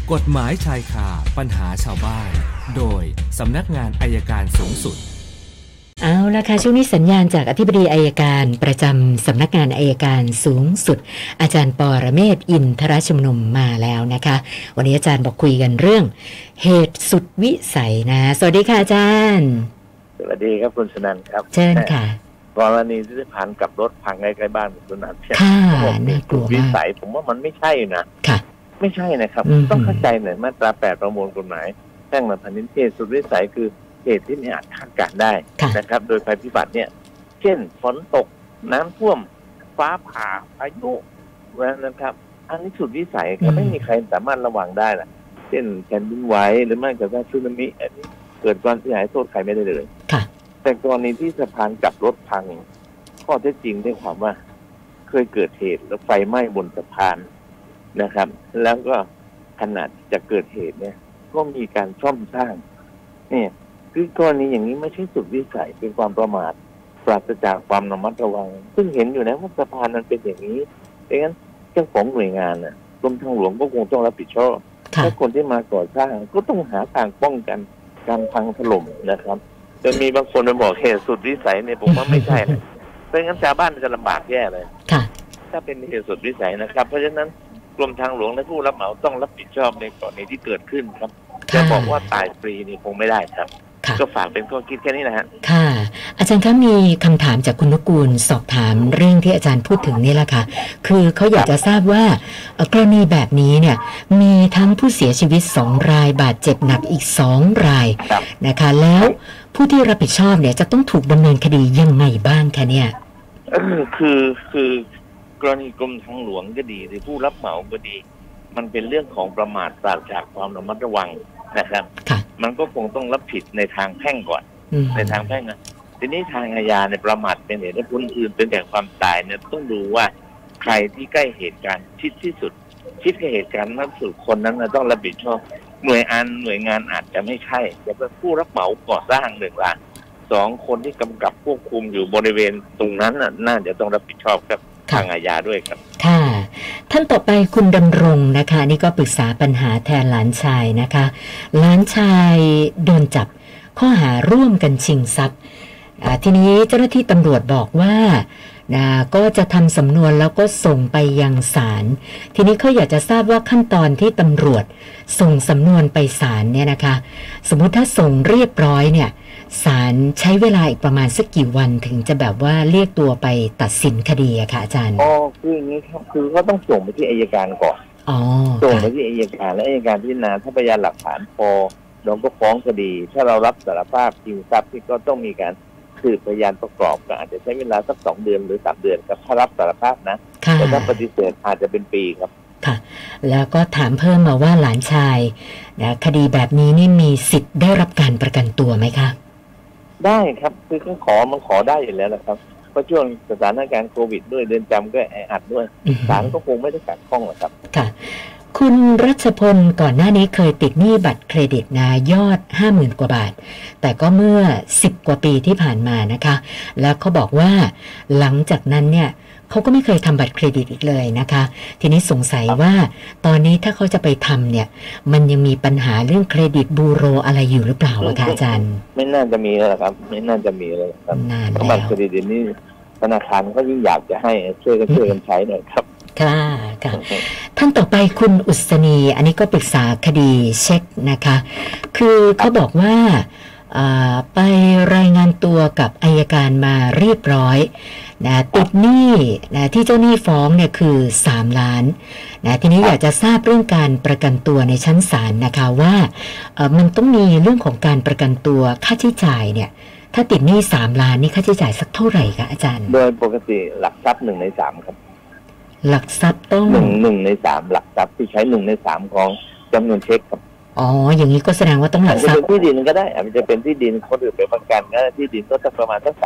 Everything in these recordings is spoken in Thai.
กฎหมายชายคาปัญหาชาวบ้านโดยสำนักงานอัยการสูงสุดเอาละค่ะช่วงนี้สัญญาณจากอธิบดีอัยการประจำสำนักงานอัยการสูงสุดอาจารย์ปรเมศวร์อินทรชุมนุมมาแล้วนะคะวันนี้อาจารย์บอกคุยกันเรื่องเหตุสุดวิสัยนะสวัสดีค่ะอาจารย์สวัสดีครับคุณชนันท์ครับเชิญค่ะกรณีที่ผ่านกับรถพังใกล้ๆบ้านคุณชนันท์ค่ะน่ากลัวมากวิสัยผมว่ามันไม่ใช่นะค่ะไม่ใช่นะครับต้องเข้าใจหน่อยมาตรา8ประมวลกฎหมายแพ่งและพาณิชย์เหตุสุดวิสัยคือเหตุที่ไม่อาจคาดการณ์ได้นะครับโดยภัยพิบัติเนี่ยเช่นฝนตกน้ำท่วมฟ้าผ่าพายุนะครับอันนี้สุดวิสัยก็ไม่มีใครสามารถระวังได้ล่ะเช่นแผ่นดินไหวหรือไม่ก็สึนามิอันนี้เกิดความเสียหายโทษใครไม่ได้เลยแต่กรณีที่สะพานกับรถพังข้อเท็จจริงได้ความว่าเคยเกิดเหตุแล้วไฟไหม้บนสะพานนะครับแล้วก็ขณะจะเกิดเหตุเนี่ยก็มีการซ่อมสร้างเนี่ยคือกรณีอย่างนี้ไม่ใช่สุดวิสัยเป็นความประมาทปราศจากความระมัดระวังซึ่งเห็นอยู่นะว่าสะพานนั้นเป็นอย่างนี้ดังนั้นเจ้าของหน่วยงานน่ะกรมทางหลวงก็คงต้องรับผิดชอบและคนที่มาก่อสร้างก็ต้องหาทางป้องกันการพังถล่มนะครับจะมีบางคนมาบอกเหตุสุดวิสัยเนี่ยผมว่าไม่ใช่นะเพราะงั้นชาวบ้านจะลำบากแย่เลยถ้าเป็นเหตุสุดวิสัยนะครับเพราะฉะนั้นกรมทางหลวงและผู้รับเหมาต้องรับผิดชอบในกรณีที่เกิดขึ้นครับจะบอกว่าตายฟรีนี่คงไม่ได้ครับก็ฝากเป็นข้อคิดแค่นี้นะฮะค่ะอาจารย์คะมีคำถามจากคุณนุกูลสอบถามเรื่องที่อาจารย์พูดถึงนี่แหละค่ะคือเขาอยากจะทราบว่ากรณีแบบนี้เนี่ยมีทั้งผู้เสียชีวิต2รายบาดเจ็บหนักอีก2รายนะคะแล้วผู้ที่รับผิดชอบเนี่ยจะต้องถูกดำเนินคดียังไงบ้างคะเนี่ยคือกรณีกรมทางหลวงก็ดีหรือผู้รับเหมาก็ดีมันเป็นเรื่องของประมาทปราศจากความระมัดระวังนะครับมันก็คงต้องรับผิดในทางแพ่งก่อนในทางแพ่งนะทีนี้ทางอาญาในประมาทเป็นเหตุให้ผู้อื่นเป็นแก่ความตายเนี่ยต้องดูว่าใครที่ใกล้เหตุการณ์ชิดที่สุดชิดกับเหตุการณ์นั้นสุดคนนั้นต้องรับผิดชอบหน่วยงานอาจจะไม่ใช่แต่เป็นผู้รับเหมาก่อสร้าง1 ราย2 คนที่กำกับควบคุมอยู่บริเวณตรงนั้นน่าจะต้องรับผิดชอบครับทางอาญาด้วยครับค่ะท่านต่อไปคุณดำรงนะคะนี่ก็ปรึกษาปัญหาแทนหลานชายนะคะหลานชายโดนจับข้อหาร่วมกันชิงทรัพย์ทีนี้เจ้าหน้าที่ตำรวจบอกว่าก็จะทำสำนวนแล้วก็ส่งไปยังศาลทีนี้เขาอยากจะทราบว่าขั้นตอนที่ตำรวจส่งสำนวนไปศาลเนี่ยนะคะสมมุติถ้าส่งเรียบร้อยเนี่ยศาลใช้เวลาอีกประมาณสักกี่วันถึงจะแบบว่าเรียกตัวไปตัดสินคดีอะค่ะอาจารย์คืออย่างนี้ครับคือก็ต้องส่งไปที่อัยการก่อนส่งไปที่อัยการและอัยการพิจารณาถ้าพยานหลักฐานพอเราก็ฟ้องคดีถ้าเรารับสารภาพจริงทรัพย์ที่ก็ต้องมีการสืบพยานประกอบก็อาจจะใช้เวลาสัก2 เดือนหรือ3 เดือนครับถ้ารับสารภาพนะแต่ถ้าปฏิเสธอาจจะเป็นปีครับค่ะแล้วก็ถามเพิ่มมาว่าหลานชายคดีแบบนี้นี่มีสิทธิ์ได้รับการประกันตัวไหมคะได้ครับคือมันขอได้อยู่แล้วนะครับเพราะช่วงสถานการณ์โควิดด้วยเรือนจำก็แออัดด้วยศาลก็คงไม่ได้ขัดข้องหรอกครับค่ะคุณรัชพลก่อนหน้านี้เคยติดหนี้บัตรเครดิตนะยอด 50,000 กว่าบาทแต่ก็เมื่อ10 กว่าปีที่ผ่านมานะคะแล้วเขาบอกว่าหลังจากนั้นเนี่ยเขาก็ไม่เคยทำบัตรเครดิตอีกเลยนะคะทีนี้สงสัยว่าตอนนี้ถ้าเขาจะไปทำเนี่ยมันยังมีปัญหาเรื่องเครดิตบูโรอะไรอยู่หรือเปล่าคะอาจารย์ไม่น่าจะมีแล้วครับไม่น่าจะมีเลยครับบัตรเครดิตนี้ธนาคารก็ยิ่งอยากจะให้ช่วยกันใช้หน่อยครับค่ะท่านต่อไปคุณอุศนีอันนี้ก็ปรึกษาคดีเช็คนะคะคือเขาบอกว่าไปรายงานตัวกับอัยการมาเรียบร้อยนะติดหนี้นะที่เจ้าหนี้ฟ้องเนี่ยคือ3 ล้านนะทีนี้อยากจะทราบเรื่องการประกันตัวในชั้นศาลนะคะว่ามันต้องมีเรื่องของการประกันตัวค่าใช้จ่ายเนี่ยถ้าติดหนี้3 ล้านนี่ค่าใช้จ่ายสักเท่าไหร่คะอาจารย์โดยปกติหลักทรัพย์1 ใน 3ครับหลักทรัพย์ต้อง 1 ใน 3หลักทรัพย์ที่ใช้1 ใน 3ของจำนวนเช็คครับอย่างนี้ก็แสดงว่าต้องหลักทรัพย์เป็นที่ดินก็ได้อาจจะเป็นที่ดินคนอื่นไปประกันก็ที่ดินก็จะประมาณสัก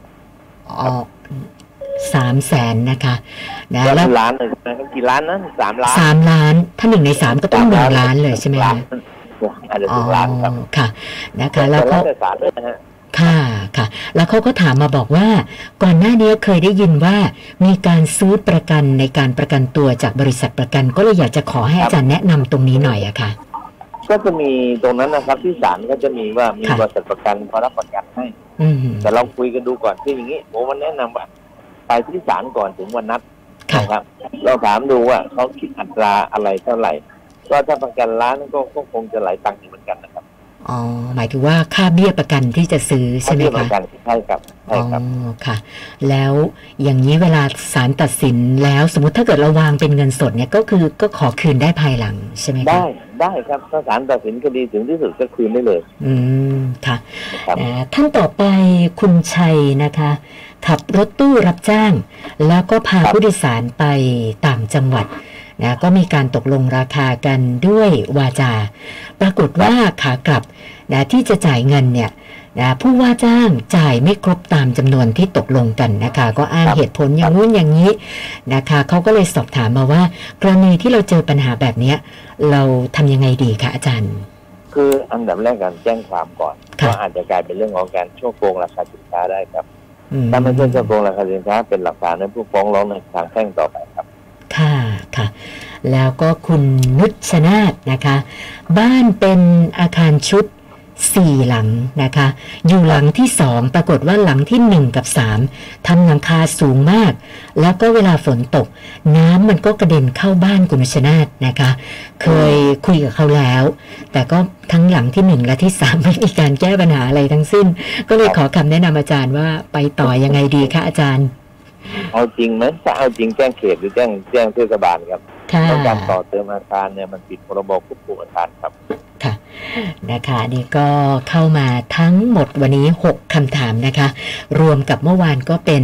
300,000นะคะแล้วล้านเลยนะกี่ล้านนะ 3 ล้านถ้า1 ใน 3ก็ต้อง1 ล้านเลยใช่ไหมคะอาจจะถึงล้านครับค่ะนะคะแล้วก็ค่ะค่ะแล้วเขาก็ถามมาบอกว่าก่อนหน้านี้เคยได้ยินว่ามีการซื้อประกันในการประกันตัวจากบริษัทประกันก็เลยอยากจะขอให้อาจารย์แนะนำตรงนี้หน่อยอะค่ะก็จะมีตรงนั้นนะครับที่ศาลก็จะมีว่ามีบริษัทประกันเขารับประกันให้แต่เราคุยกันดูก่อนที่อย่างนี้ผมมันแนะนำว่าไปที่ศาลก่อนถึงวันนัดนะครับเราถามดูว่าเขาคิดอัตราอะไรเท่าไหร่ก็ถ้าประกันล้านก็คงจะหลายตังค์เหมือนกันนะครับอ๋อหมายถึงว่าค่าเบี้ยประกันที่จะซื้อใช่ไหมคะค่าเบี้ยประกันใช่ครับอ๋อค่ะแล้วอย่างนี้เวลาศาลตัดสินแล้วสมมติถ้าเกิดเราวางเป็นเงินสดเนี่ยก็ขอคืนได้ภายหลังใช่ไหมคะได้ครับถ้าศาลตัดสินคดีถึงที่สุดก็คืนได้เลยค่ะท่านต่อไปคุณชัยนะคะขับรถตู้รับจ้างแล้วก็พาผู้โดยสารไปต่างจังหวัดนะก็มีการตกลงราคากันด้วยวาจาปรากฏว่าขากลับนะที่จะจ่ายเงินเนี่ยนะผู้ว่าจ้างจ่ายไม่ครบตามจำนวนที่ตกลงกันนะคะก็อ้างเหตุผลอย่างนู้นอย่างนี้นะคะเขาก็เลยสอบถามมาว่ากรณีที่เราเจอปัญหาแบบนี้เราทำยังไงดีคะอาจารย์คืออันดับแรกการแจ้งความก่อนก็อาจจะกลายเป็นเรื่องของการช่อโกงราคาสินค้าได้ครับถ้าไม่ใช่ช่อโกงราคาสินค้าเป็นหลักฐานให้ผู้ฟ้องร้องในทางแพ่งต่อไปครับค่ะแล้วก็คุณนุชนาธนะคะบ้านเป็นอาคารชุด4หลังนะคะอยู่หลังที่2ปรากฏว่าหลังที่1กับ3ทำหลังคาสูงมากแล้วก็เวลาฝนตกน้ำมันก็กระเด็นเข้าบ้านคุณนุชนาธนะคะเคยคุยกับเขาแล้วแต่ก็ทั้งหลังที่1และที่3ไม่มีการแก้ปัญหาอะไรทั้งสิ้นก็เลยขอคำแนะนำอาจารย์ว่าไปต่อยังไงดีคะอาจารย์เอาจริงไหมถ้าเอาจริงแจ้งเขตหรือแจ้งเทศบาลครับต้องการต่อเติมอาคารเนี่ยมันผิดพรบควบคุมอาคารครับค่ะนะคะนี่ก็เข้ามาทั้งหมดวันนี้6คำถามนะคะรวมกับเมื่อวานก็เป็น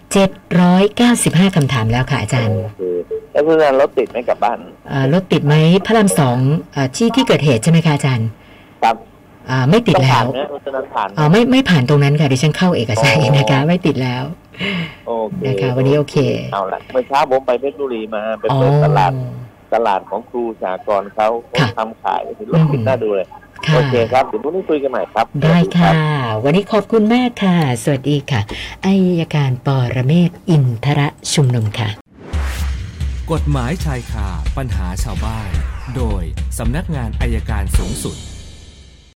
795คำถามแล้วค่ะอาจารย์แล้วเพื่อนรถติดไหมกลับบ้านรถติดไหมพระราม2ที่เกิดเหตุใช่ไหมคะอาจารย์ครับไม่ติดแล้วไม่ผ่านตรงนั้นค่ะดิฉันเข้าเอกชัยนะคะไม่ติดแล้วโอเคนะคะวันนี้โอเคเอาละเมื่อเช้าผมไปเพชรบุรีมาไปเปิดตลาดของครูสากลเขาทำขายรถติดน่าดูเลยโอเคครับเดี๋ยวพรุ่งนี้คุยกันใหม่ครับได้ค่ะวันนี้ขอบคุณมากค่ะสวัสดีค่ะอัยการปรเมศวร์อินทรชุมนุมค่ะกฎหมายชายคาปัญหาชาวบ้านโดยสำนักงานอัยการสูงสุด